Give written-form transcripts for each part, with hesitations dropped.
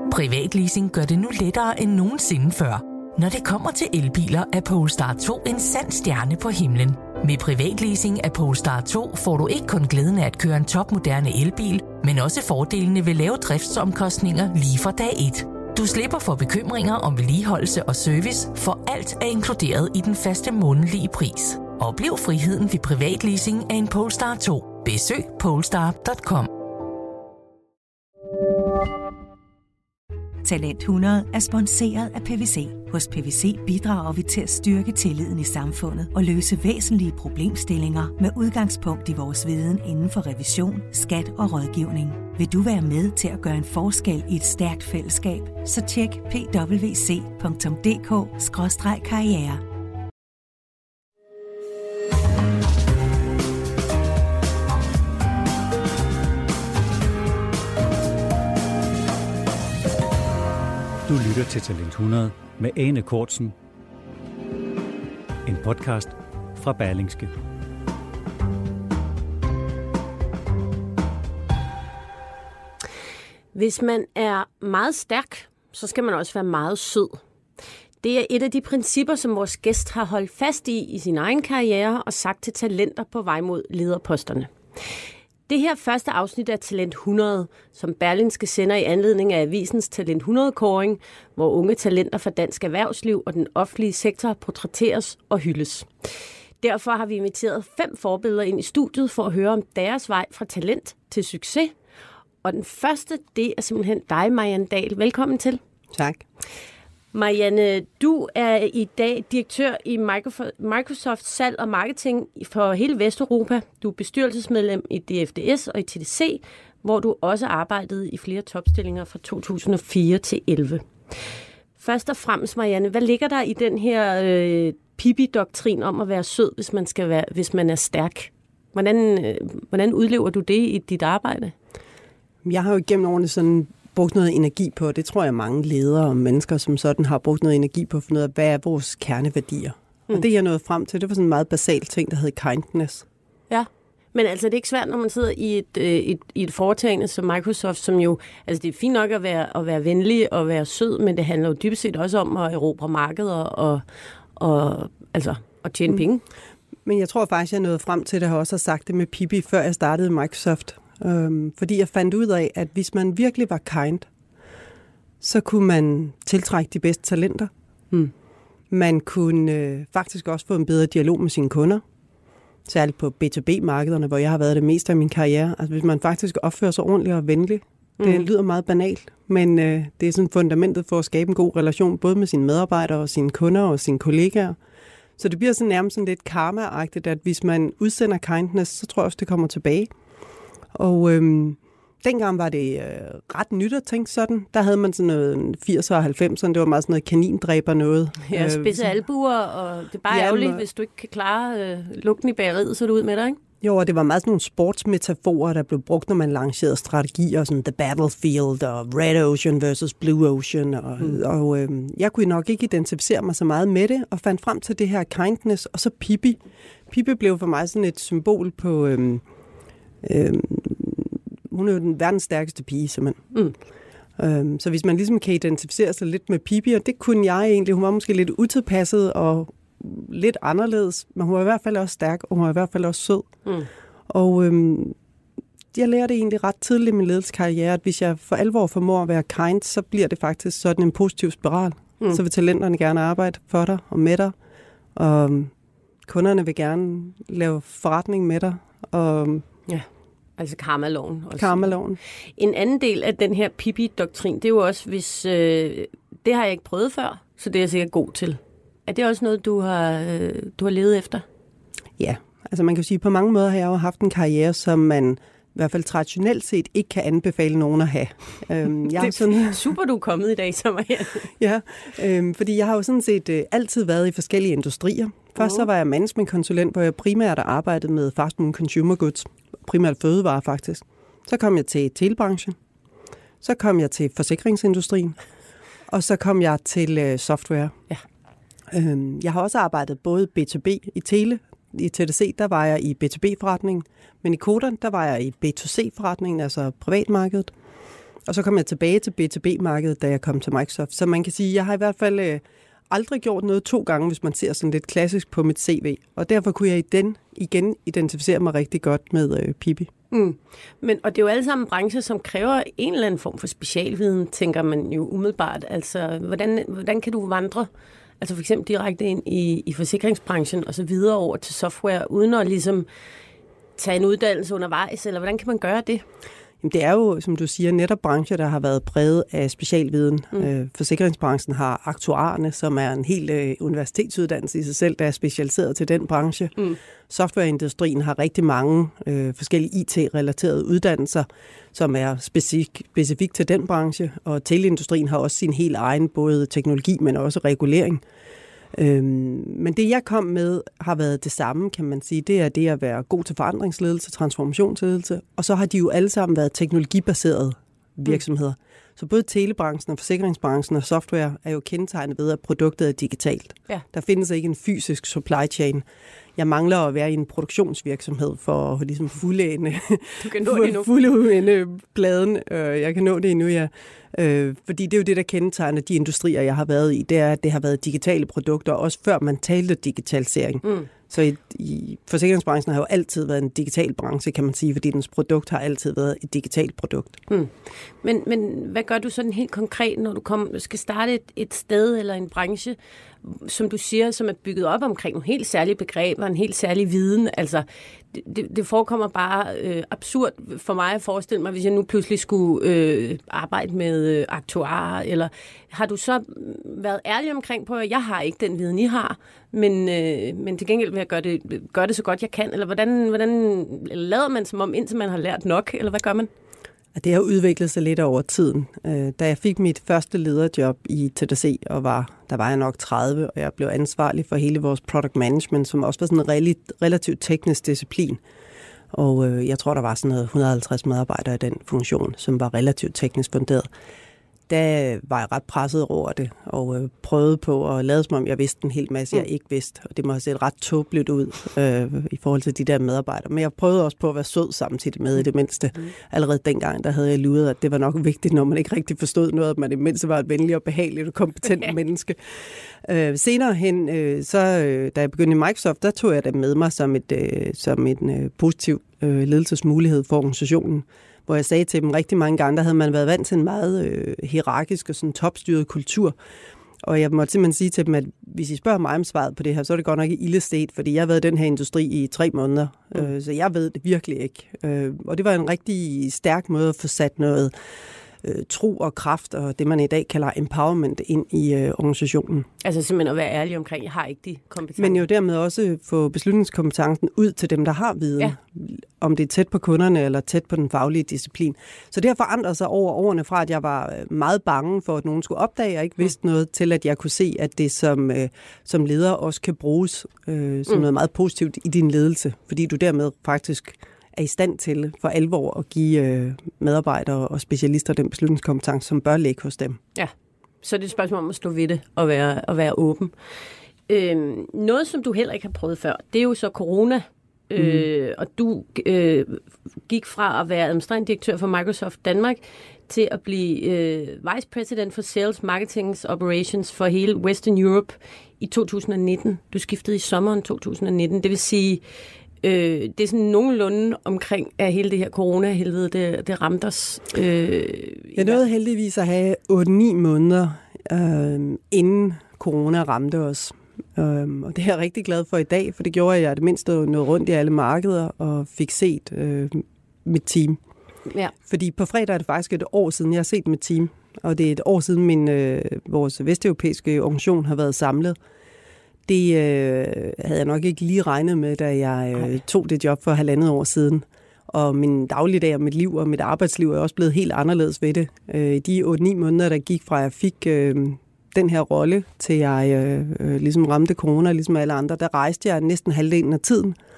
Privatleasing gør det nu lettere end nogensinde før. Når det kommer til elbiler, er Polestar 2 en sand stjerne på himlen. Med privatleasing af Polestar 2 får du ikke kun glæden af at køre en topmoderne elbil, men også fordelene ved lave driftsomkostninger lige fra dag 1. Du slipper for bekymringer om vedligeholdelse og service, for alt er inkluderet i den faste månedlige pris. Oplev friheden ved privatleasing af en Polestar 2. Besøg polestar.com. Talent 100 er sponsoreret af PwC. Hos PwC bidrager vi til at styrke tilliden i samfundet og løse væsentlige problemstillinger med udgangspunkt i vores viden inden for revision, skat og rådgivning. Vil du være med til at gøre en forskel i et stærkt fællesskab, så tjek pwc.dk/karriere. Du lytter til Talent 100 med Ane Cortzen. En podcast fra Berlingske. Hvis man er meget stærk, så skal man også være meget sød. Det er et af de principper, som vores gæst har holdt fast i sin egen karriere og sagt til talenter på vej mod lederposterne. Det her første afsnit af Talent 100, som Berlingske sender i anledning af avisens Talent 100-kåring, hvor unge talenter fra dansk erhvervsliv og den offentlige sektor portrætteres og hyldes. Derfor har vi inviteret 5 forbilleder ind i studiet for at høre om deres vej fra talent til succes. Og den første, det er simpelthen dig, Marianne Dahl. Velkommen til. Tak. Marianne, du er i dag direktør i Microsoft salg og marketing for hele Vesteuropa. Du er bestyrelsesmedlem i DFDS og i TDC, hvor du også arbejdede i flere topstillinger fra 2004 til 11. Først og fremmest, Marianne, hvad ligger der i den her Pippi-doktrin om at være sød, hvis man er stærk? Hvordan udlever du det i dit arbejde? Jeg har jo gennem årene sådan brugt noget energi på, det tror jeg mange ledere og mennesker som sådan har brugt noget energi på at finde ud af, hvad er vores kerneværdier. Og det jeg nåede frem til, det var sådan en meget basal ting, der hed kindness. Ja, men altså det er ikke svært, når man sidder i et foretagende som Microsoft, som jo, altså det er fint nok at være venlig og være sød, men det handler jo dybest set også om at erobre markeder og tjene penge. Men jeg tror faktisk, jeg nåede frem til det, jeg også har sagt det med Pippi, før jeg startede Microsoft. Fordi jeg fandt ud af, at hvis man virkelig var kind, så kunne man tiltrække de bedste talenter. Man kunne faktisk også få en bedre dialog med sine kunder. Særligt på B2B-markederne, hvor jeg har været det meste af min karriere. Altså hvis man faktisk opfører sig ordentligt og venligt. Det lyder meget banalt, men det er sådan fundamentet for at skabe en god relation, både med sine medarbejdere og sine kunder og sine kollegaer. Så det bliver sådan nærmest sådan lidt karma-agtigt, at hvis man udsender kindness, så tror jeg også, det kommer tilbage. Og dengang var det ret nyt at tænke sådan. Der havde man sådan noget 80'erne og 90'erne, det var meget sådan noget kanindræber noget. Ja, spidse albuer, og det er bare ærgerligt, hvis du ikke kan klare lugten i bageriet, så er du ud med dig, ikke? Jo, og det var meget sådan nogle sportsmetaforer, der blev brugt, når man lancerede strategier, sådan The Battlefield og Red Ocean versus Blue Ocean. Og jeg kunne nok ikke identificere mig så meget med det, og fandt frem til det her kindness, og så Pippi. Pippi blev for mig sådan et symbol på hun er jo den verdens stærkeste pige, simpelthen. Så hvis man ligesom kan identificere sig lidt med Pippi, og det kunne jeg egentlig, hun var måske lidt utilpasset og lidt anderledes, men hun var i hvert fald også stærk, og hun var i hvert fald også sød. Og jeg lærte egentlig ret tidligt i min ledelseskarriere, at hvis jeg for alvor formår at være kind, så bliver det faktisk sådan en positiv spiral. Så vil talenterne gerne arbejde for dig og med dig, og kunderne vil gerne lave forretning med dig, og ja. Altså karmaloven. Karmaloven. En anden del af den her Pippi-doktrin, det er jo også, hvis det har jeg ikke prøvet før, så det er jeg sikkert god til. Er det også noget, du har levet efter? Ja, altså man kan jo sige, at på mange måder har jeg jo haft en karriere, som man i hvert fald traditionelt set ikke kan anbefale nogen at have. Det er sådan super, du er kommet i dag, så Marianne. Ja, fordi jeg har jo sådan set altid været i forskellige industrier. Først så var jeg managementkonsulent, hvor jeg primært arbejdede med fast moving consumer goods, primært fødevarer faktisk. Så kom jeg til telebranchen, så kom jeg til forsikringsindustrien, og så kom jeg til software. Ja. Jeg har også arbejdet både B2B i i TDC, der var jeg i B2B-forretningen, men i Codan, der var jeg i B2C-forretningen, altså privatmarkedet. Og så kom jeg tilbage til B2B-markedet, da jeg kom til Microsoft. Så man kan sige, at jeg har i hvert fald aldrig gjort noget 2 gange, hvis man ser sådan lidt klassisk på mit CV. Og derfor kunne jeg igen identificere mig rigtig godt med Pippi. Og det er jo alle sammen brancher, som kræver en eller anden form for specialviden, tænker man jo umiddelbart. Altså, hvordan kan du vandre, altså for eksempel direkte ind i forsikringsbranchen og så videre over til software, uden at ligesom tage en uddannelse undervejs, eller hvordan kan man gøre det? Jamen, det er jo, som du siger, netop brancher, der har været præget af specialviden. Forsikringsbranchen har aktuarerne, som er en helt universitetsuddannelse i sig selv, der er specialiseret til den branche. Softwareindustrien har rigtig mange forskellige IT-relaterede uddannelser, som er specifikt til den branche. Og teleindustrien har også sin helt egen både teknologi, men også regulering. Men det, jeg kom med, har været det samme, kan man sige. Det er det at være god til forandringsledelse, transformationsledelse, og så har de jo alle sammen været teknologibaserede virksomheder. Så både telebranchen og forsikringsbranchen og software er jo kendetegnet ved, at produktet er digitalt. Ja. Der findes ikke en fysisk supply chain. Jeg mangler at være i en produktionsvirksomhed for at ligesom fuldende bladen. Jeg kan nå det endnu, ja. Fordi det er jo det, der kendetegner de industrier, jeg har været i. Det er, at det har været digitale produkter, også før man talte digitalisering. Så i forsikringsbranchen har jo altid været en digital branche, kan man sige, fordi dens produkt har altid været et digitalt produkt. Men hvad gør du sådan helt konkret, når du skal starte et sted eller en branche, som du siger, som er bygget op omkring nogle helt særlige begreber, en helt særlig viden? Altså, det forekommer bare absurd for mig at forestille mig, hvis jeg nu pludselig skulle arbejde med aktuarer, eller har du så været ærlig omkring på, at jeg har ikke den viden, I har, men til gengæld vil jeg gøre det så godt, jeg kan, eller hvordan lader man som om, indtil man har lært nok, eller hvad gør man? Det har udviklet sig lidt over tiden. Da jeg fik mit første lederjob i TDC, der var jeg nok 30, og jeg blev ansvarlig for hele vores product management, som også var sådan en relativt teknisk disciplin. Og jeg tror, der var sådan noget 150 medarbejdere i den funktion, som var relativt teknisk funderet. Der var jeg ret presset over det, og prøvede på at lade som om, jeg vidste en hel masse, jeg ikke vidste. Og det må have set ret tåbeligt ud i forhold til de der medarbejdere. Men jeg prøvede også på at være sød samtidig med i det mindste. Allerede dengang, der havde jeg luret, at det var nok vigtigt, når man ikke rigtig forstod noget, at man i det mindste var et venligt og behageligt og kompetent menneske. Senere hen, da jeg begyndte i Microsoft, der tog jeg det med mig som en positiv ledelsesmulighed for organisationen, hvor jeg sagde til dem rigtig mange gange, der havde man været vant til en meget hierarkisk og sådan topstyret kultur. Og jeg måtte simpelthen sige til dem, at hvis I spørger mig om svaret på det her, så er det godt nok i ildsted, fordi jeg har været i den her industri i 3 måneder, så jeg ved det virkelig ikke. Og det var en rigtig stærk måde at få sat noget tro og kraft, og det man i dag kalder empowerment, ind i organisationen. Altså simpelthen at være ærlig omkring, jeg har ikke de kompetencer. Men jo dermed også få beslutningskompetencen ud til dem, der har viden, om det er tæt på kunderne eller tæt på den faglige disciplin. Så det har forandret sig over årene fra, at jeg var meget bange for, at nogen skulle opdage, at jeg ikke vidste noget, til at jeg kunne se, at det som leder også kan bruges som noget meget positivt i din ledelse, fordi du dermed faktisk er i stand til for alvor at give medarbejdere og specialister den beslutningskompetence, som bør ligge hos dem. Ja, så det er et spørgsmål om at stå ved det og være åben. Noget, som du heller ikke har prøvet før, det er jo så corona. Og du gik fra at være administrerende direktør for Microsoft Danmark til at blive vice president for Sales, Marketing Operations for hele Western Europe i 2019. Du skiftede i sommeren 2019, det vil sige, det er sådan nogenlunde omkring, at hele det her corona-helvede, det ramte os. Jeg nåede heldigvis at have 8-9 måneder, inden corona ramte os. Og det er jeg rigtig glad for i dag, for det gjorde, at jeg det mindste nåede rundt i alle markeder og fik set mit team. Ja. Fordi på fredag er det faktisk et år siden, jeg har set mit team. Og det er et år siden, vores vesteuropæiske organisation har været samlet. Det havde jeg nok ikke lige regnet med, da jeg tog det job for 1,5 år siden. Og min dagligdag og mit liv og mit arbejdsliv er også blevet helt anderledes ved det. De 8-9 måneder, der gik fra, jeg fik den her rolle, til jeg ligesom ramte corona, ligesom alle andre, der rejste jeg næsten halvdelen af tiden.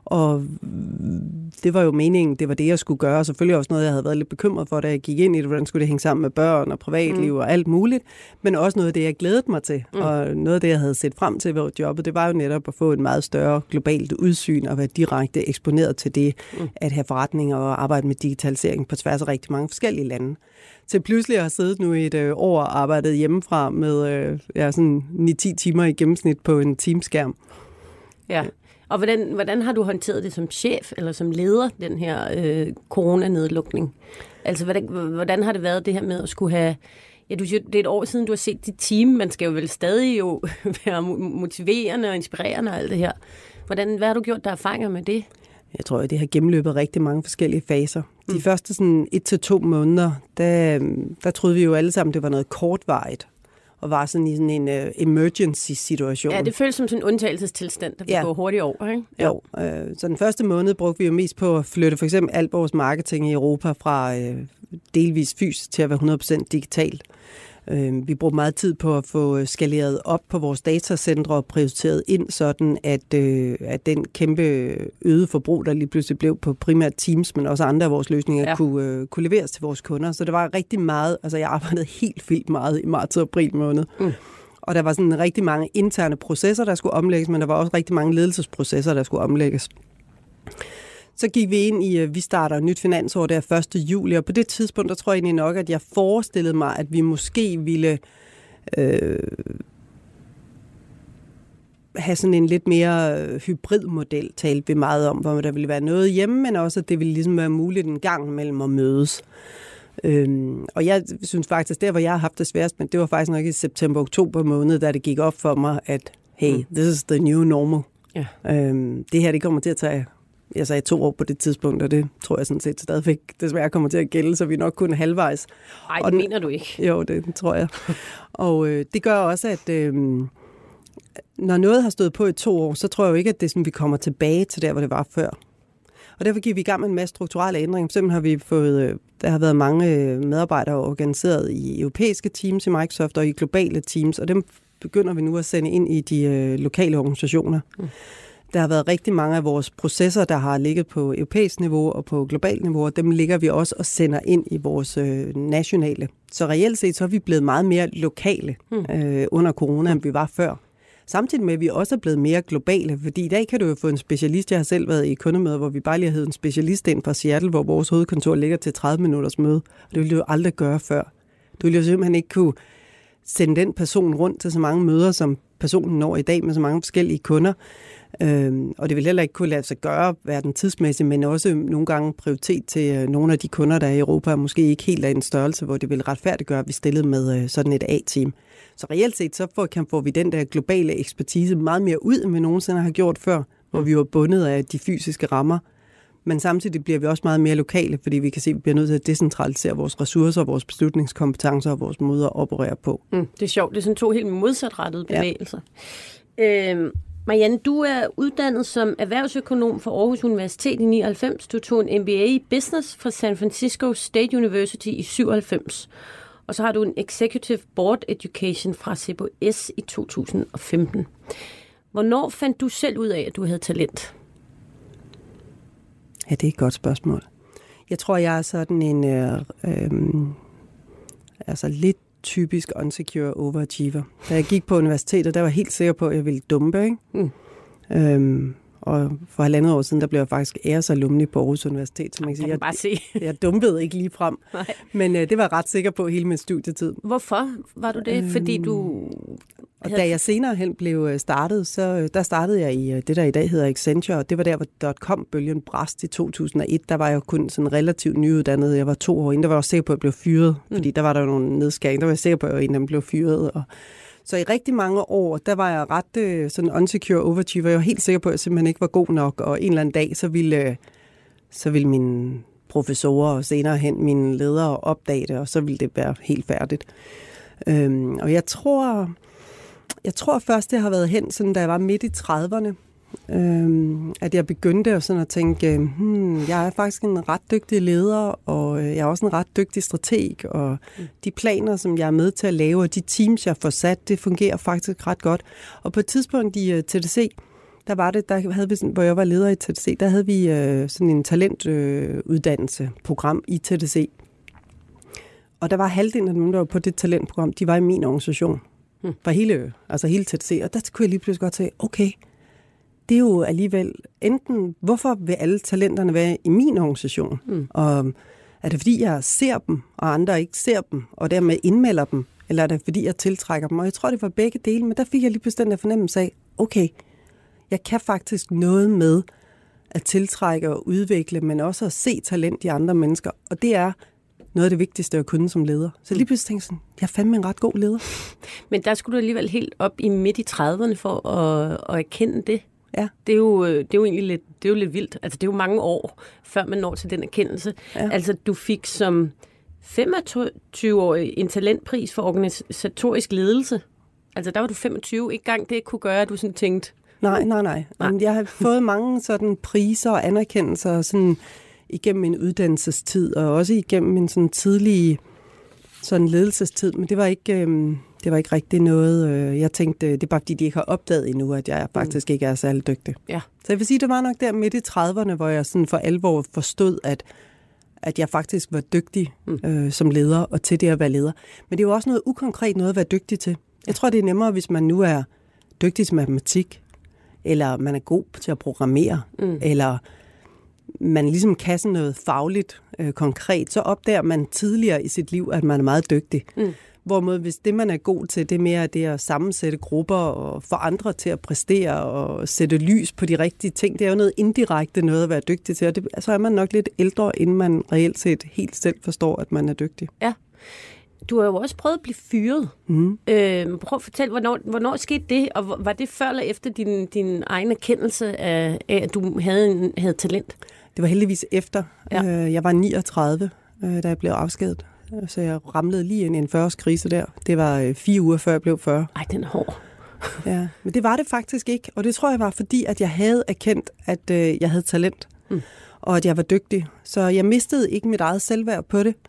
Og det var jo meningen, det var det, jeg skulle gøre. Og selvfølgelig også noget, jeg havde været lidt bekymret for, da jeg gik ind i det. Hvordan skulle det hænge sammen med børn og privatliv og alt muligt. Men også noget af det, jeg glædede mig til. Og noget af det, jeg havde set frem til ved jobbet, det var jo netop at få et meget større globalt udsyn og være direkte eksponeret til det, at have forretninger og arbejde med digitalisering på tværs af rigtig mange forskellige lande. Så pludselig har jeg siddet nu i et år og arbejdet hjemmefra med sådan 9-10 timer i gennemsnit på en Teams-skærm. Ja. Og hvordan har du håndteret det som chef eller som leder, den her coronanedlukning? Altså, hvordan har det været det her med at skulle have... Ja, du siger, det er et år siden, du har set dit team. Man skal jo vel stadig jo være motiverende og inspirerende og alt det her. Hvad har du gjort der erfaringer med det? Jeg tror, at det har gennemløbet rigtig mange forskellige faser. De første sådan 1-2 måneder, der troede vi jo alle sammen, det var noget kortvarigt. Og var sådan i sådan en emergency-situation. Ja, det føles som sådan en undtagelsestilstand, der vil gå hurtigt over, ikke? Ja. Jo, så den første måned brugte vi jo mest på at flytte for eksempel alt vores marketing i Europa fra delvis fysisk til at være 100% digitalt. Vi brugte meget tid på at få skaleret op på vores datacentre og prioriteret ind, sådan at den kæmpe øgede forbrug, der lige pludselig blev på primært Teams, men også andre af vores løsninger, kunne leveres til vores kunder. Så det var rigtig meget, altså jeg arbejdede helt vildt meget i marts og april måned. Og der var sådan rigtig mange interne processer, der skulle omlægges, men der var også rigtig mange ledelsesprocesser, der skulle omlægges. Så gik vi ind i, vi starter et nyt finansår der 1. juli, og på det tidspunkt, der tror jeg egentlig nok, at jeg forestillede mig, at vi måske ville have sådan en lidt mere hybridmodel, talte vi meget om, hvor der ville være noget hjemme, men også, at det ville ligesom være muligt en gang mellem at mødes. Og jeg synes faktisk, der hvor jeg har haft det sværest, men det var faktisk nok i september-oktober måned, da det gik op for mig, at hey, this is the new normal. Ja. Det her, det kommer til at tage... Jeg sagde 2 år på det tidspunkt, og det tror jeg sådan set stadigvæk desværre kommer til at gælde, så vi er nok kun halvvejs. Nej, det mener du ikke. Jo, det tror jeg. Og det gør også, at når noget har stået på i 2 år, så tror jeg jo ikke, at det er sådan, vi kommer tilbage til der, hvor det var før. Og derfor gik vi i gang med en masse strukturelle ændringer. For eksempel har vi fået, der har været mange medarbejdere organiseret i europæiske teams i Microsoft og i globale teams, og dem begynder vi nu at sende ind i de lokale organisationer. Der har været rigtig mange af vores processer, der har ligget på europæisk niveau og på globalt niveau, og dem ligger vi også og sender ind i vores nationale. Så reelt set så er vi blevet meget mere lokale under corona, end vi var før. Samtidig med, at vi også er blevet mere globale, fordi i dag kan du jo få en specialist. Jeg har selv været i kundemøder, hvor vi bare lige har hævet en specialist ind fra Seattle, hvor vores hovedkontor ligger til 30 minutters møde. Og det ville du jo aldrig gøre før. Du ville jo simpelthen ikke kunne sende den person rundt til så mange møder, som personen når i dag med så mange forskellige kunder. Og det vil heller ikke kunne lade sig gøre hverken tidsmæssigt, men også nogle gange prioritet til nogle af de kunder, der er i Europa, og måske ikke helt af en størrelse, hvor det vil retfærdiggøre, at vi stillede med sådan et A-team. Så reelt set, så får vi den der globale ekspertise meget mere ud, end vi nogensinde har gjort før, hvor vi var bundet af de fysiske rammer. Men samtidig bliver vi også meget mere lokale, fordi vi kan se, at vi bliver nødt til at decentralisere vores ressourcer, vores beslutningskompetencer og vores måder at operere på. Det er sjovt. Det er sådan 2 helt modsatrettede bevægelser. Ja. Marianne, du er uddannet som erhvervsøkonom fra Aarhus Universitet i 99. Du tog en MBA i Business fra San Francisco State University i 97. Og så har du en Executive Board Education fra CBS i 2015. Hvornår fandt du selv ud af, at du havde talent? Ja, det er et godt spørgsmål. Jeg tror, jeg er sådan en lidt typisk unsecure overachiever. Da jeg gik på universitetet, der var jeg helt sikker på, at jeg ville dumpe, ikke? Og for 1,5 år siden, der blev jeg faktisk æresalumni på Aarhus Universitet. Så man kan sige, bare se. Jeg dumpede ikke lige frem. Men det var jeg ret sikker på hele min studietid. Hvorfor var du det? Fordi du... Og da jeg senere hen blev startet, så der startede jeg i det, der i dag hedder Accenture, og det var der, hvor .com-bølgen brast i 2001. Der var jeg kun sådan relativt nyuddannet. Jeg var 2 år inden, der var jeg også sikker på, at jeg blev fyret, fordi der var der jo nogle nedskæringer. Der var jeg sikker på, at jeg blev fyret. Så i rigtig mange år, der var jeg ret sådan unsecure overachiever. Jeg var helt sikker på, at jeg simpelthen ikke var god nok, og en eller anden dag, så ville mine professorer og senere hen mine ledere opdage det, og så ville det være helt færdigt. Og jeg tror først, det har været hen, sådan, da jeg var midt i 30'erne, at jeg begyndte sådan at tænke, jeg er faktisk en ret dygtig leder, og jeg er også en ret dygtig strateg, og de planer, som jeg er med til at lave, og de teams, jeg får sat, det fungerer faktisk ret godt. Og på et tidspunkt i TDC, der var det, der havde vi sådan, hvor jeg var leder i TDC, der havde vi sådan en talentuddannelsesprogram i TDC. Og der var halvdelen af dem, der var på det talentprogram, de var i min organisation. For hele TDC. Og der kunne jeg lige pludselig godt sige, okay, det er jo alligevel enten, hvorfor vil alle talenterne være i min organisation? Og er det fordi, jeg ser dem, og andre ikke ser dem, og dermed indmelder dem? Eller er det fordi, jeg tiltrækker dem? Og jeg tror, det var begge dele, men der fik jeg lige pludselig den der fornemmelse af, okay, jeg kan faktisk noget med at tiltrække og udvikle, men også at se talent i andre mennesker. Og det er noget af det vigtigste at kunne som leder. Så lige pludselig tænkte jeg sådan, jeg er fandme en ret god leder. Men der skulle du alligevel helt op i midt i 30'erne for at erkende det. Ja. Det er jo egentlig lidt vildt. Altså, det er jo mange år, før man når til den erkendelse. Ja. Altså, du fik som 25-årig en talentpris for organisatorisk ledelse. Altså, der var du 25. Ikke gang det kunne gøre, at du sådan tænkte... Nej. Jamen, jeg har fået mange sådan priser og anerkendelser sådan igennem min uddannelsestid, og også igennem min sådan tidlige sådan ledelsestid, men det var ikke rigtig noget, jeg tænkte, det er bare fordi, de ikke har opdaget endnu, at jeg faktisk ikke er særlig dygtig. Ja. Så jeg vil sige, det var nok der midt i 30'erne, hvor jeg sådan for alvor forstod, at jeg faktisk var dygtig som leder, og til det at være leder. Men det er jo også noget ukonkret noget at være dygtig til. Jeg tror, det er nemmere, hvis man nu er dygtig til matematik, eller man er god til at programmere, eller man ligesom kan sådan noget fagligt konkret, så opdager man tidligere i sit liv, at man er meget dygtig. Hvorimod hvis det, man er god til, det er mere det at sammensætte grupper og få andre til at præstere og sætte lys på de rigtige ting. Det er jo noget indirekte noget at være dygtig til, og så er man nok lidt ældre, inden man reelt set helt selv forstår, at man er dygtig. Ja. Du har jo også prøvet at blive fyret. Prøv at fortælle, hvornår skete det, og var det før eller efter din egen erkendelse af, at du havde talent? Det var heldigvis efter. Ja. Jeg var 39, da jeg blev afskediget. Så jeg ramlede lige ind i en 40-årskrise der. Det var 4 uger, før jeg blev 40. Ej, den er hård. Ja, men det var det faktisk ikke. Og det tror jeg var, fordi at jeg havde erkendt, at jeg havde talent. Og at jeg var dygtig. Så jeg mistede ikke mit eget selvværd på det.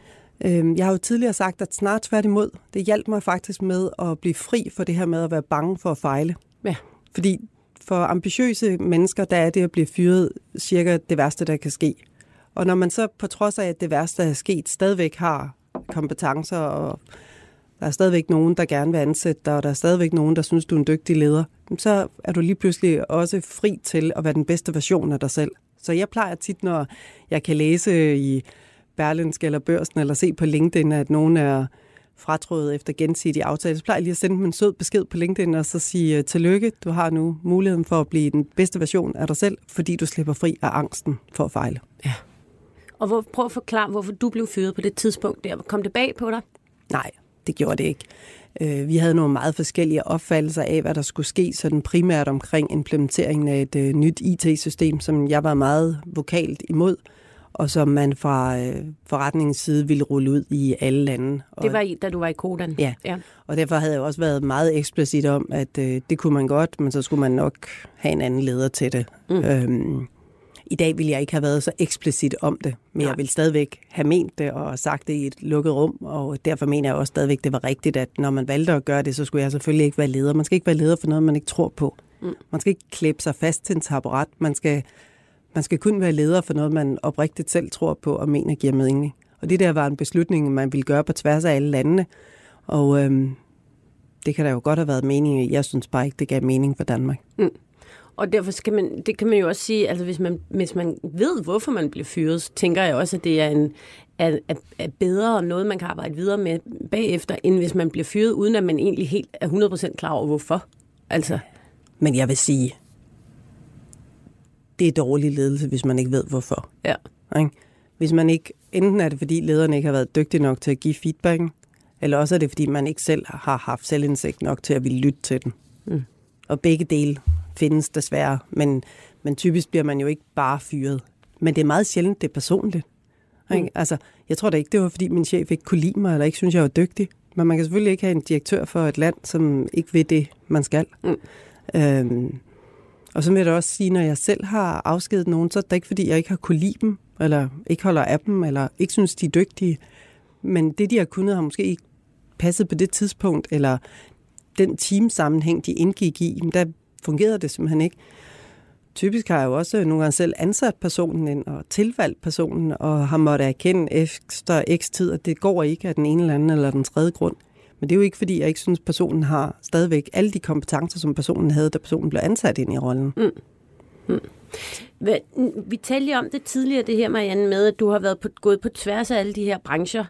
Jeg har jo tidligere sagt, at snart tværtimod, det hjalp mig faktisk med at blive fri for det her med at være bange for at fejle. Ja. Fordi for ambitiøse mennesker, der er det at blive fyret cirka det værste, der kan ske. Og når man så på trods af, at det værste er sket, stadigvæk har kompetencer, og der er stadigvæk nogen, der gerne vil ansætte dig, og der er stadigvæk nogen, der synes, du er en dygtig leder, så er du lige pludselig også fri til at være den bedste version af dig selv. Så jeg plejer tit, når jeg kan læse i Berlingske eller Børsen, eller se på LinkedIn, at nogen er fratrådet efter gensidig aftale, så plejer jeg lige at sende dem en sød besked på LinkedIn, og så sige, tillykke, du har nu muligheden for at blive den bedste version af dig selv, fordi du slipper fri af angsten for at fejle. Ja. Og prøv at forklare, hvorfor du blev fyret på det tidspunkt der. Kom det bag på dig? Nej, det gjorde det ikke. Vi havde nogle meget forskellige opfattelser af, hvad der skulle ske, sådan primært omkring implementeringen af et nyt IT-system, som jeg var meget vokalt imod, og som man fra forretningens side ville rulle ud i alle lande. Det var da du var i Codan? Ja, og derfor havde jeg også været meget eksplicit om, at det kunne man godt, men så skulle man nok have en anden leder til det. I dag ville jeg ikke have været så eksplicit om det, men jeg ville stadigvæk have ment det og sagt det i et lukket rum, og derfor mener jeg også stadigvæk, det var rigtigt, at når man valgte at gøre det, så skulle jeg selvfølgelig ikke være leder. Man skal ikke være leder for noget, man ikke tror på. Man skal ikke klæbe sig fast til en taburet. Man skal kun være leder for noget, man oprigtigt selv tror på og mener giver mening. Og det der var en beslutning, man ville gøre på tværs af alle landene, og det kan da jo godt have været meningen. Jeg synes bare ikke, det gav mening for Danmark. Og derfor det kan man jo også sige, altså hvis man ved, hvorfor man bliver fyret, så tænker jeg også, at det er bedre og noget, man kan arbejde videre med bagefter, end hvis man bliver fyret, uden at man egentlig helt er 100% klar over, hvorfor. Altså. Men jeg vil sige, det er dårlig ledelse, hvis man ikke ved, hvorfor. Ja. Hvis man ikke, enten er det, fordi lederne ikke har været dygtige nok til at give feedbacken, eller også er det, fordi man ikke selv har haft selvindsigt nok til at ville lytte til den. Og begge dele findes desværre, men typisk bliver man jo ikke bare fyret. Men det er meget sjældent, det er personligt. Altså, jeg tror da ikke, det var, fordi min chef ikke kunne lide mig, eller ikke synes, jeg var dygtig. Men man kan selvfølgelig ikke have en direktør for et land, som ikke ved det, man skal. Og så vil jeg da også sige, når jeg selv har afskediget nogen, så er det ikke, fordi jeg ikke har kunne lide dem, eller ikke holder af dem, eller ikke synes, de er dygtige. Men det, de har kunnet, har måske ikke passet på det tidspunkt, eller den teamsammenhæng, de indgik i, fungerede det simpelthen ikke. Typisk har jeg jo også nogle gange selv ansat personen ind og tilvalgt personen, og har måttet erkende efter x tid, at det går ikke af den ene eller anden eller den tredje grund. Men det er jo ikke, fordi jeg ikke synes, personen har stadigvæk alle de kompetencer, som personen havde, da personen blev ansat ind i rollen. Vi talte lige om det tidligere, det her, Marianne, med, at du har været gået på tværs af alle de her brancher,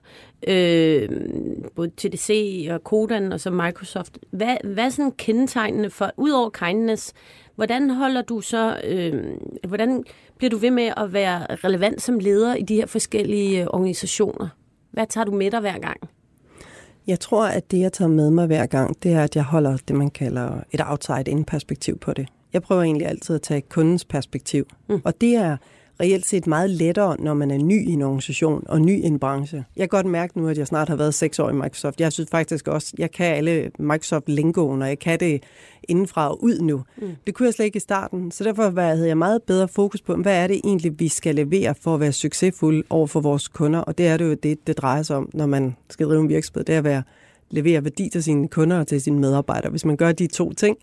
både TDC og Codan og så Microsoft. Hvad er sådan kendetegnende for, udover kindness, hvordan holder du så, hvordan bliver du ved med at være relevant som leder i de her forskellige organisationer? Hvad tager du med dig hver gang? Jeg tror, at det, jeg tager med mig hver gang, det er, at jeg holder det, man kalder et outside-in-perspektiv på det. Jeg prøver egentlig altid at tage kundens perspektiv. Og det er reelt set meget lettere, når man er ny i en organisation og ny i en branche. Jeg kan godt mærke nu, at jeg snart har været 6 år i Microsoft. Jeg synes faktisk også, jeg kan alle Microsoft-lingoen, og jeg kan det indenfra og ud nu. Det kunne jeg slet ikke i starten, så derfor havde jeg meget bedre fokus på, hvad er det egentlig, vi skal levere for at være succesfulde over for vores kunder. Og det er det jo det drejer sig om, når man skal drive en virksomhed. Det er at levere værdi til sine kunder og til sine medarbejdere. Hvis man gør de 2 ting,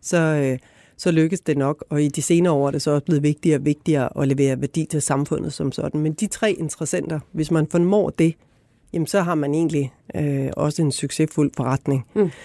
så lykkes det nok, og i de senere år er det så også blevet vigtigere og vigtigere at levere værdi til samfundet som sådan. Men de 3 interessenter, hvis man formår det, jamen så har man egentlig også en succesfuld forretning.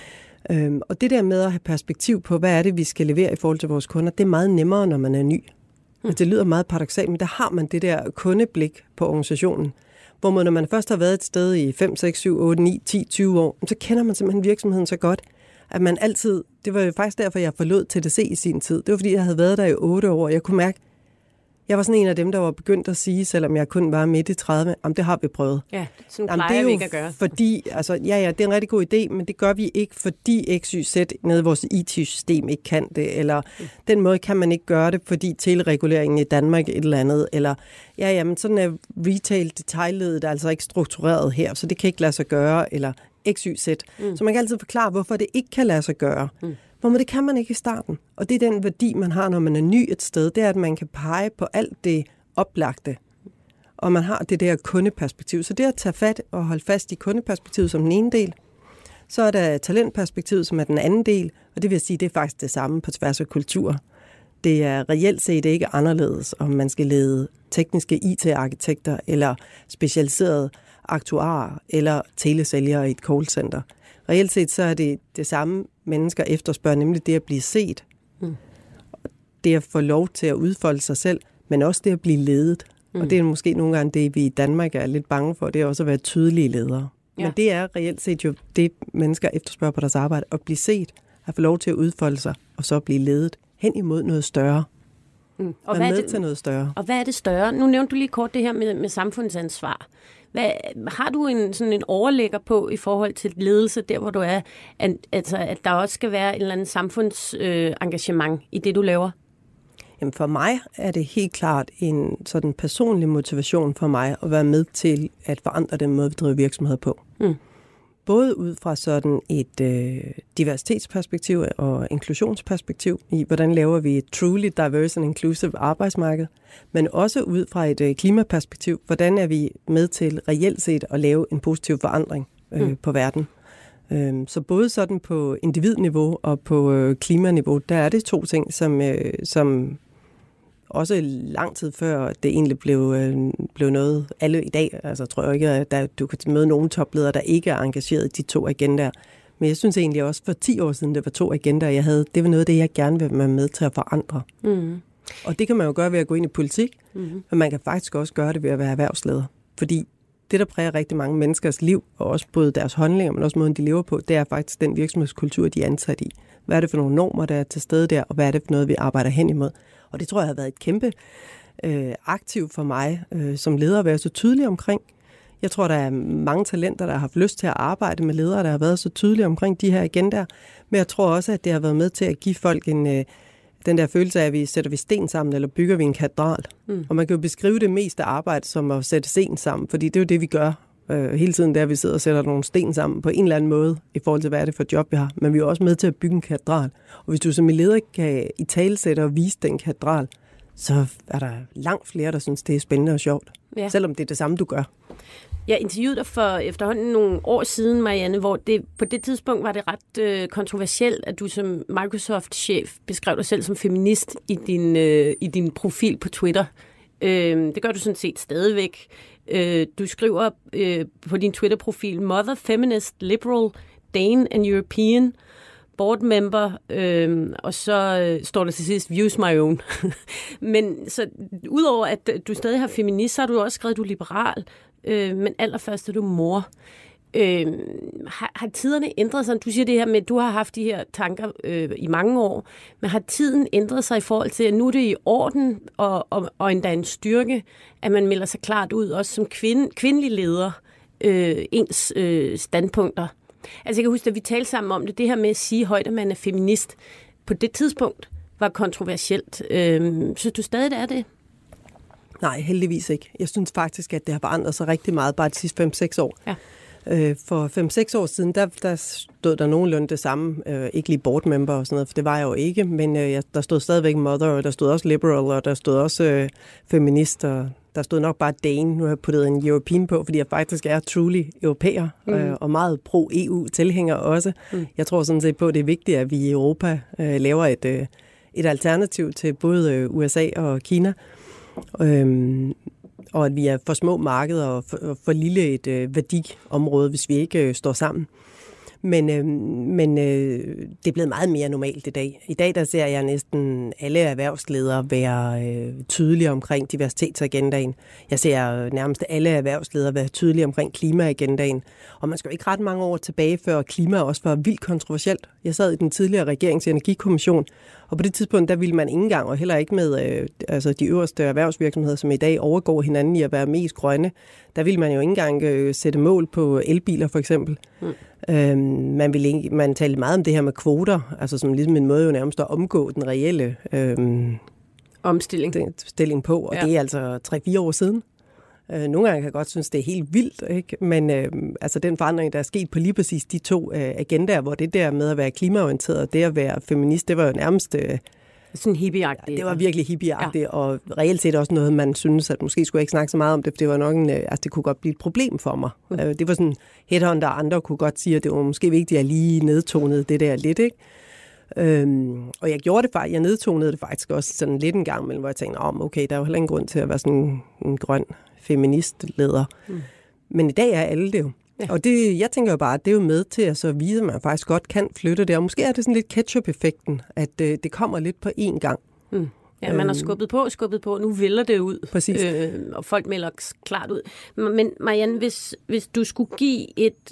Og det der med at have perspektiv på, hvad er det, vi skal levere i forhold til vores kunder, det er meget nemmere, når man er ny. Altså, det lyder meget paradoksalt, men der har man det der kundeblik på organisationen, hvor når man først har været et sted i 5, 6, 7, 8, 9, 10, 20 år, så kender man simpelthen virksomheden så godt, at man altid, det var jo faktisk derfor, jeg forlod TDC i sin tid. Det var fordi, jeg havde været der i 8 år. Jeg kunne mærke, jeg var sådan en af dem, der var begyndt at sige, selvom jeg kun var midt i 30, jamen det har vi prøvet. Ja, sådan plejer vi ikke at gøre. Fordi, altså, ja, det er en rigtig god idé, men det gør vi ikke, fordi XYZ nede i vores IT-system ikke kan det, eller den måde kan man ikke gøre det, fordi telereguleringen i Danmark et eller andet, eller men sådan er retail-detailledet altså ikke struktureret her, så det kan ikke lade sig gøre, eller XYZ. Så man kan altid forklare, hvorfor det ikke kan lade sig gøre. Men det kan man ikke i starten. Og det er den værdi, man har, når man er ny et sted, det er, at man kan pege på alt det oplagte. Og man har det der kundeperspektiv. Så det at tage fat og holde fast i kundeperspektivet som den ene del. Så er der talentperspektivet, som er den anden del. Og det vil sige, det er faktisk det samme på tværs af kultur. Det er reelt set ikke anderledes, om man skal lede tekniske IT-arkitekter eller specialiserede aktuarer eller telesælgere i et callcenter. Reelt set så er det samme mennesker efterspørger, nemlig det at blive set. Det at få lov til at udfolde sig selv, men også det at blive ledet. Og det er måske nogle gange det, vi i Danmark er lidt bange for, det er også at være tydelige ledere. Ja. Men det er reelt set jo det, mennesker efterspørger på deres arbejde, at blive set, at få lov til at udfolde sig, og så blive ledet hen imod noget større. Og hvad er det til noget større? Og hvad er det større? Nu nævnte du lige kort det her med samfundsansvar. Har du sådan en overlægger på i forhold til ledelse, der hvor du er, at der også skal være en eller anden samfundsengagement i det, du laver? Jamen for mig er det helt klart en sådan personlig motivation for mig at være med til at forandre den måde, vi driver virksomheder på. Både ud fra sådan et diversitetsperspektiv og inklusionsperspektiv i, hvordan laver vi et truly diverse and inclusive arbejdsmarked, men også ud fra et klimaperspektiv, hvordan er vi med til reelt set at lave en positiv forandring på verden. Så både sådan på individniveau og på klimaniveau, der er det 2 ting, som også lang tid før det egentlig blev noget, alle i dag, altså tror jeg ikke, at du kan møde nogen topledere, der ikke er engageret i de 2 agendaer. Men jeg synes egentlig også for 10 år siden, det var 2 agendaer, jeg havde. Det var noget af det, jeg gerne vil være med til at forandre. Og det kan man jo gøre ved at gå ind i politik, men man kan faktisk også gøre det ved at være erhvervsleder. Fordi det, der præger rigtig mange menneskers liv, og også både deres handlinger, men også måden, de lever på, det er faktisk den virksomhedskultur, de er ansat i. Hvad er det for nogle normer, der er til stede der, og hvad er det for noget, vi arbejder hen imod? Og det tror jeg har været et kæmpe aktiv for mig som leder at være så tydelig omkring. Jeg tror, der er mange talenter, der har haft lyst til at arbejde med ledere, der har været så tydelige omkring de her agendaer. Men jeg tror også, at det har været med til at give folk den der følelse af, at vi sætter sten sammen, eller bygger vi en katedral. Og man kan jo beskrive det meste arbejde som at sætte sten sammen, fordi det er jo det, vi gør hele tiden, der vi sidder og sætter nogle sten sammen på en eller anden måde, i forhold til, hvad er det for job, vi har. Men vi er også med til at bygge en katedral. Og hvis du som leder kan italesætte og vise den katedral, så er der langt flere, der synes, det er spændende og sjovt. Ja. Selvom det er det samme, du gør. Jeg interviewede dig for efterhånden nogle år siden, Marianne, hvor på det tidspunkt var det ret kontroversielt, at du som Microsoft-chef beskrev dig selv som feminist i din profil på Twitter. Det gør du sådan set stadigvæk. Du skriver på din Twitter-profil, Mother, Feminist, Liberal, Dane and European, board member, og så står der til sidst, views my own. Men så udover at du stadig har feminist, så har du også skrevet, at du er liberal, men allerførst er du mor. Har tiderne ændret sig? Du siger det her med, at du har haft de her tanker i mange år, men har tiden ændret sig i forhold til, at nu er det i orden og endda en styrke, at man melder sig klart ud, også som kvindelig leder, ens standpunkter? Altså jeg kan huske, at vi talte sammen om det her med at sige højt, at man er feminist, på det tidspunkt var kontroversielt. Synes du stadig, det er det? Nej, heldigvis ikke. Jeg synes faktisk, at det har forandret sig rigtig meget bare de sidste 5-6 år. Ja. For 5-6 år siden, der stod der nogenlunde det samme. Ikke lige board member og sådan noget, for det var jeg jo ikke. Men der stod stadigvæk mother, og der stod også liberal, og der stod også feminist, og der stod nok bare Dane. Nu har jeg puttet en European på, fordi jeg faktisk er truly europæer, og meget pro-EU-tilhænger også. Jeg tror sådan set på, at det er vigtigt, at vi i Europa laver et alternativ til både USA og Kina. Og at vi er for små markeder og for lille et værdiområde, hvis vi ikke står sammen. Men det er blevet meget mere normalt i dag. I dag der ser jeg næsten alle erhvervsledere være tydelige omkring diversitetsagendaen. Jeg ser nærmest alle erhvervsledere være tydelige omkring klimaagendaen. Og man skal jo ikke ret mange år tilbage, før klima også var vildt kontroversielt. Jeg sad i den tidligere regerings energikommission, og på det tidspunkt, der ville man ikke engang, og heller ikke med de øverste erhvervsvirksomheder, som i dag overgår hinanden i at være mest grønne, der ville man jo ikke engang sætte mål på elbiler for eksempel. Man talte meget om det her med kvoter, altså som ligesom en måde jo nærmest at omgå den reelle omstilling på, og det er altså 3-4 år siden. Nogle gange kan jeg godt synes, det er helt vildt, ikke? Men den forandring, der er sket på lige præcis de to agendaer, hvor det der med at være klimaorienteret og det at være feminist, det var jo nærmest sådan hippieagtigt. Ja, det var virkelig hippieagtigt, og reelt set også noget, man synes, at måske skulle jeg ikke snakke så meget om det, for det var nok det kunne godt blive et problem for mig. Det var sådan, headhunter og andre kunne godt sige, at det var måske vigtigt, at jeg lige nedtonede det der lidt, ikke? Og jeg gjorde det faktisk, jeg nedtonede det faktisk også sådan lidt en gang, hvor jeg tænkte, okay, der er jo heller ingen grund til at være sådan en grøn feministleder. Men i dag er alle det jo. Ja. Og jeg tænker jo bare, at det er jo med til at så vise, at man faktisk godt kan flytte det. Og måske er det sådan lidt ketchup-effekten, at det kommer lidt på én gang. Ja, man har skubbet på, nu vælger det ud. Præcis. Og folk melder klart ud. Men Marianne, hvis du skulle give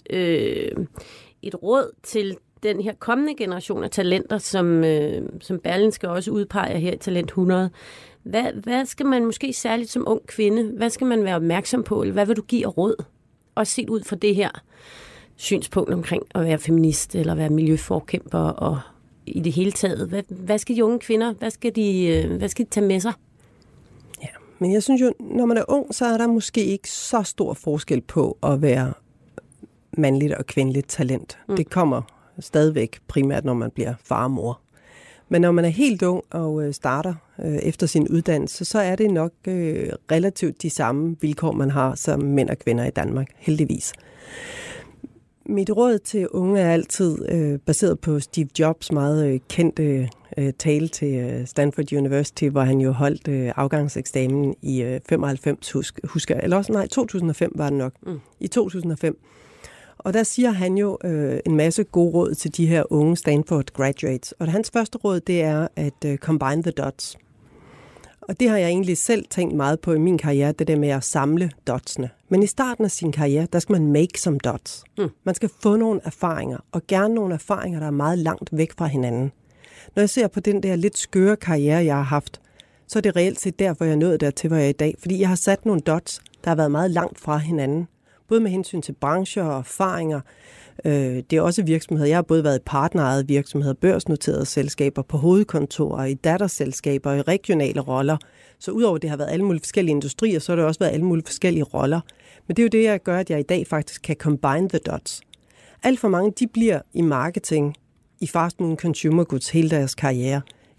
et råd til den her kommende generation af talenter, som Berlingske også udpeger her i Talent 100, hvad skal man måske særligt som ung kvinde, hvad skal man være opmærksom på, eller hvad vil du give af råd? Og set ud fra det her synspunkt omkring at være feminist eller være miljøforkæmper og i det hele taget. Hvad skal de unge kvinder, hvad skal de tage med sig? Ja, men jeg synes jo, når man er ung, så er der måske ikke så stor forskel på at være mandligt og kvindeligt talent. Det kommer stadigvæk primært, når man bliver far og mor. Men når man er helt ung og starter efter sin uddannelse, så er det nok relativt de samme vilkår, man har som mænd og kvinder i Danmark, heldigvis. Mit råd til unge er altid baseret på Steve Jobs meget kendte tale til Stanford University, hvor han jo holdt afgangseksamen i 95, husker jeg. Eller også, nej, 2005 var det nok. I 2005. Og der siger han jo en masse gode råd til de her unge Stanford graduates. Og hans første råd, det er at combine the dots. Og det har jeg egentlig selv tænkt meget på i min karriere, det der med at samle dotsene. Men i starten af sin karriere, der skal man make some dots. Man skal få nogle erfaringer, og gerne nogle erfaringer, der er meget langt væk fra hinanden. Når jeg ser på den der lidt skøre karriere, jeg har haft, så er det reelt set derfor, jeg er nået dertil, hvor jeg er i dag. Fordi jeg har sat nogle dots, der har været meget langt fra hinanden. Både med hensyn til brancher og erfaringer. Det er også virksomheder. Jeg har både været i partnerejede virksomheder, børsnoterede selskaber, på hovedkontorer, i datterselskaber, i regionale roller. Så udover det har været alle mulige forskellige industrier, så har det også været alle mulige forskellige roller. Men det er jo det, jeg gør, at jeg i dag faktisk kan combine the dots. Alt for mange, de bliver i marketing, i fast moving consumer goods hele deres karriere.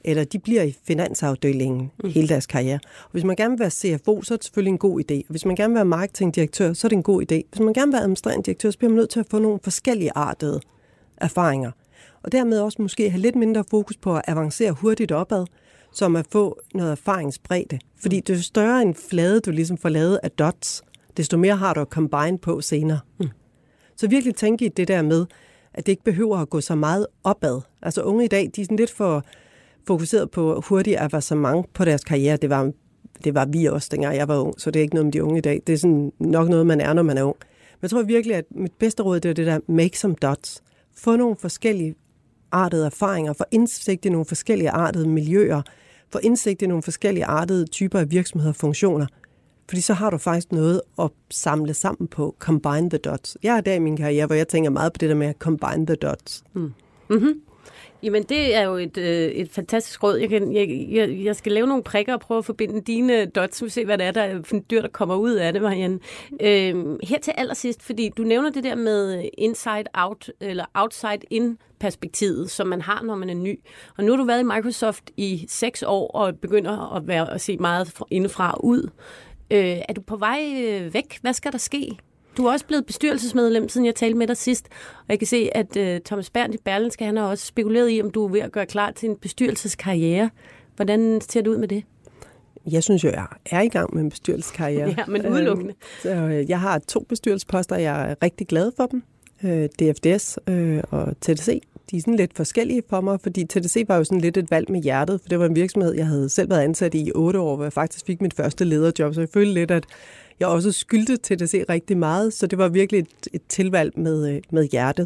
eller de bliver i finansafdelingen hele deres karriere. Og hvis man gerne vil være CFO, så er det selvfølgelig en god idé. Og hvis man gerne vil være marketingdirektør, så er det en god idé. Hvis man gerne vil være administrerende direktør, så bliver man nødt til at få nogle forskellige artede erfaringer. Og dermed også måske have lidt mindre fokus på at avancere hurtigt opad, som at få noget erfaringsbredde. Fordi det er større en flade, du ligesom får lavet af dots, desto mere har du at combine på senere. Så virkelig tænke i det der med, at det ikke behøver at gå så meget opad. Altså unge i dag, de er sådan lidt for fokuseret på hurtigt avancement på deres karriere. Det var vi også, dengang jeg var ung, så det er ikke noget med de unge i dag. Det er sådan nok noget, man er, når man er ung. Men jeg tror virkelig, at mit bedste råd, det er det der, make some dots. Få nogle forskellige artede erfaringer, få indsigt i nogle forskellige artede miljøer, få indsigt i nogle forskellige artede typer af virksomheder og funktioner. Fordi så har du faktisk noget at samle sammen på. Combine the dots. Jeg er der i min karriere, hvor jeg tænker meget på det der med at combine the dots. Jamen, det er jo et fantastisk råd. Jeg skal lave nogle prikker og prøve at forbinde dine dots, og se, hvad det er, der er for en dyr, der kommer ud af det, Marianne. Her til allersidst, fordi du nævner det der med inside out, eller outside in perspektivet, som man har, når man er ny. Og nu har du været i Microsoft i 6 år, og begynder at se meget indefra og ud. Er du på vej væk? Hvad skal der ske? Du er også blevet bestyrelsesmedlem, siden jeg talte med dig sidst. Og jeg kan se, at Thomas Berndt i Berlingske, han har også spekuleret i, om du er ved at gøre klar til en bestyrelseskarriere. Hvordan ser det ud med det? Jeg synes jo, jeg er i gang med en bestyrelseskarriere. Ja, men udelukkende. Jeg har 2 bestyrelsesposter, jeg er rigtig glad for dem. DFDS og TDC. De er sådan lidt forskellige for mig, fordi TDC var jo sådan lidt et valg med hjertet, for det var en virksomhed, jeg havde selv været ansat i 8 år, hvor jeg faktisk fik mit første lederjob, så jeg følte lidt, at jeg også skyldte TDC rigtig meget, så det var virkelig et tilvalg med hjertet.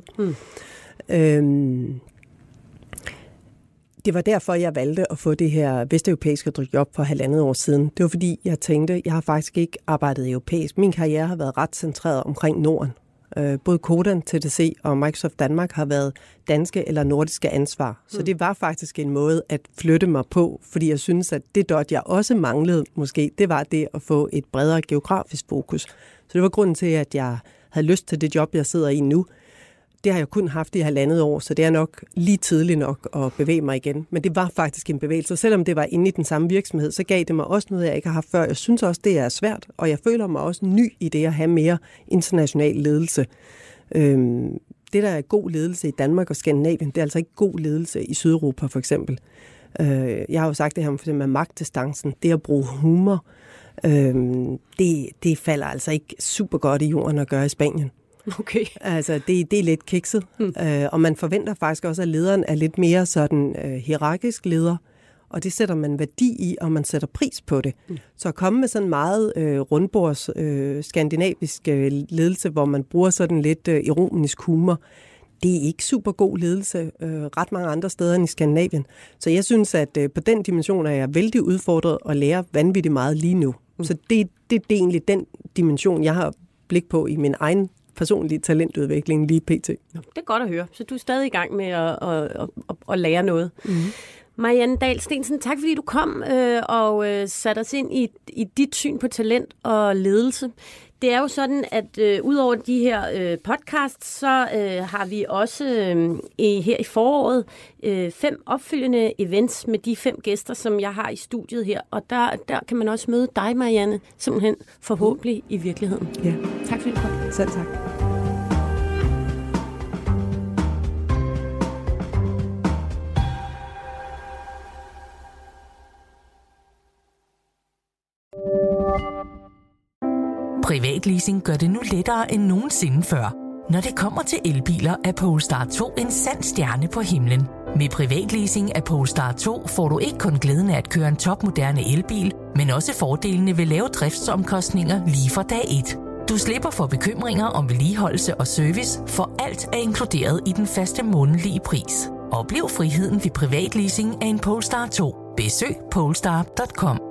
Det var derfor, jeg valgte at få det her vesteuropæiske job for 1,5 år siden. Det var fordi, jeg tænkte, jeg har faktisk ikke arbejdet europæisk. Min karriere har været ret centreret omkring Norden. Både Codan, TDC og Microsoft Danmark har været danske eller nordiske ansvar. Så det var faktisk en måde at flytte mig på, fordi jeg synes, at det dot, jeg også manglede måske, det var det at få et bredere geografisk fokus. Så det var grunden til, at jeg havde lyst til det job, jeg sidder i nu. Det har jeg kun haft i 1,5 år, så det er nok lige tidligt nok at bevæge mig igen. Men det var faktisk en bevægelse. Selvom det var inde i den samme virksomhed, så gav det mig også noget, jeg ikke har haft før. Jeg synes også, det er svært, og jeg føler mig også ny i det at have mere international ledelse. Det, der er god ledelse i Danmark og Skandinavien, det er altså ikke god ledelse i Sydeuropa for eksempel. Jeg har jo sagt det her med magtdistancen, det at bruge humor, det falder altså ikke super godt i jorden at gøre i Spanien. Okay. Altså, det er lidt kikset, og man forventer faktisk også, at lederen er lidt mere sådan hierarkisk leder, og det sætter man værdi i, og man sætter pris på det. Så at komme med sådan meget rundbords skandinavisk ledelse, hvor man bruger sådan lidt ironisk humor, det er ikke super god ledelse ret mange andre steder end i Skandinavien. Så jeg synes, at på den dimension er jeg vældig udfordret og lærer vanvittigt meget lige nu. Så det er egentlig den dimension, jeg har blik på i min egen personlige talentudvikling lige pt. Det er godt at høre. Så du er stadig i gang med at lære noget. Marianne Dahl Steensen, tak fordi du kom og satte os ind i dit syn på talent og ledelse. Det er jo sådan, at udover de her podcasts, så har vi også her i foråret 5 opfølgende events med de 5 gæster, som jeg har i studiet her. Og der kan man også møde dig, Marianne, simpelthen forhåbentlig i virkeligheden. Ja. Tak fordi du kom. Selv tak. Privatleasing gør det nu lettere end nogensinde før. Når det kommer til elbiler, er Polestar 2 en sand stjerne på himlen. Med privatleasing af Polestar 2 får du ikke kun glæden af at køre en topmoderne elbil, men også fordelene ved lave driftsomkostninger lige fra dag 1. Du slipper for bekymringer om vedligeholdelse og service, for alt er inkluderet i den faste månedlige pris. Oplev friheden ved privatleasing af en Polestar 2. Besøg polestar.com.